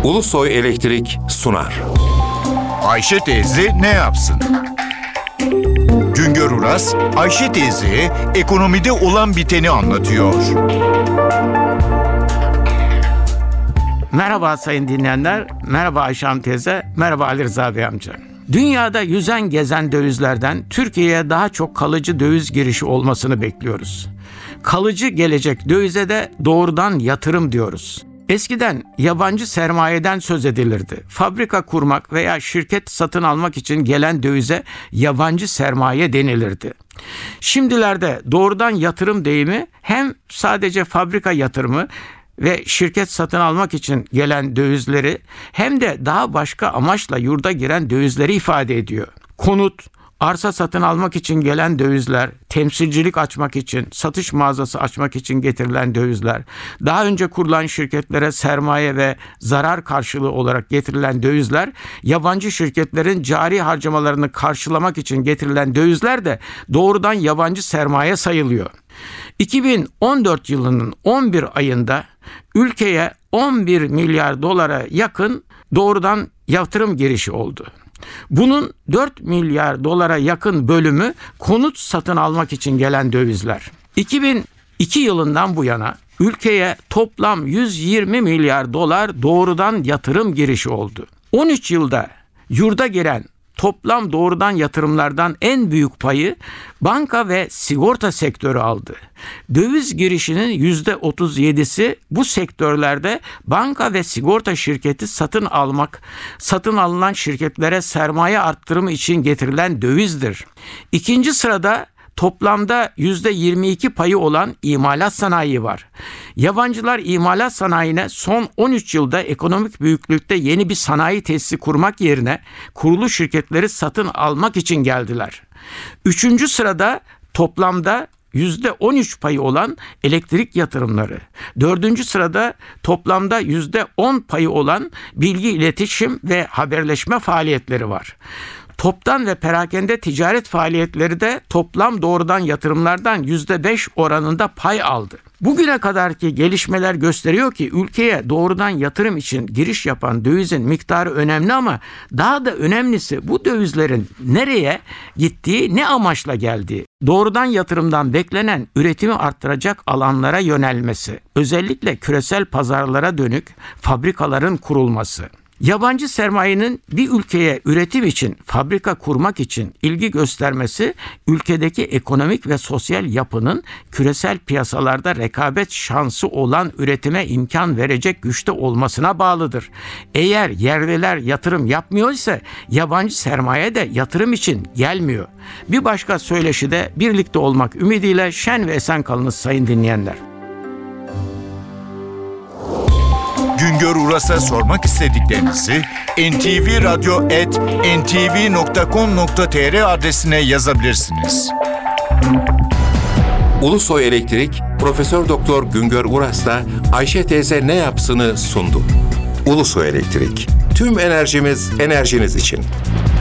Ulusoy Elektrik sunar. Ayşe teyze ne yapsın? Güngör Uras, Ayşe teyzeye ekonomide olan biteni anlatıyor. Merhaba sayın dinleyenler, merhaba Ayşe Hanım teyze, merhaba Ali Rıza Bey amca. Dünyada yüzen gezen dövizlerden Türkiye'ye daha çok kalıcı döviz girişi olmasını bekliyoruz. Kalıcı gelecek dövize de doğrudan yatırım diyoruz. Eskiden yabancı sermayeden söz edilirdi. Fabrika kurmak veya şirket satın almak için gelen dövize yabancı sermaye denilirdi. Şimdilerde doğrudan yatırım deyimi hem sadece fabrika yatırımı ve şirket satın almak için gelen dövizleri hem de daha başka amaçla yurda giren dövizleri ifade ediyor. Konut, arsa satın almak için gelen dövizler, temsilcilik açmak için, satış mağazası açmak için getirilen dövizler, daha önce kurulan şirketlere sermaye ve zarar karşılığı olarak getirilen dövizler, yabancı şirketlerin cari harcamalarını karşılamak için getirilen dövizler de doğrudan yabancı sermaye sayılıyor. 2014 yılının 11 ayında ülkeye 11 milyar dolara yakın doğrudan yatırım girişi oldu. Bunun 4 milyar dolara yakın bölümü konut satın almak için gelen dövizler. 2002 yılından bu yana ülkeye toplam 120 milyar dolar doğrudan yatırım girişi oldu. 13 yılda yurda giren toplam doğrudan yatırımlardan en büyük payı banka ve sigorta sektörü aldı. Döviz girişinin %37'si bu sektörlerde banka ve sigorta şirketi satın alınan şirketlere sermaye arttırımı için getirilen dövizdir. İkinci sırada toplamda %22 payı olan imalat sanayi var. Yabancılar imalat sanayine son 13 yılda ekonomik büyüklükte yeni bir sanayi tesisi kurmak yerine kurulu şirketleri satın almak için geldiler. Üçüncü sırada toplamda %13 payı olan elektrik yatırımları. Dördüncü sırada toplamda %10 payı olan bilgi iletişim ve haberleşme faaliyetleri var. Toptan ve perakende ticaret faaliyetleri de toplam doğrudan yatırımlardan %5 oranında pay aldı. Bugüne kadarki gelişmeler gösteriyor ki ülkeye doğrudan yatırım için giriş yapan dövizin miktarı önemli ama daha da önemlisi bu dövizlerin nereye gittiği, ne amaçla geldiği. Doğrudan yatırımdan beklenen üretimi arttıracak alanlara yönelmesi, özellikle küresel pazarlara dönük fabrikaların kurulması. Yabancı sermayenin bir ülkeye üretim için, fabrika kurmak için ilgi göstermesi, ülkedeki ekonomik ve sosyal yapının küresel piyasalarda rekabet şansı olan üretime imkan verecek güçte olmasına bağlıdır. Eğer yerliler yatırım yapmıyorsa yabancı sermaye de yatırım için gelmiyor. Bir başka söyleşide birlikte olmak ümidiyle şen ve esen kalınız sayın dinleyenler. Güngör Uras'a sormak istediklerinizi ntvradyo@ntv.com.tr adresine yazabilirsiniz. Ulusoy Elektrik Profesör Doktor Güngör Uras'la Ayşe teyze ne yapsını sundu. Ulusoy Elektrik. Tüm enerjimiz enerjiniz için.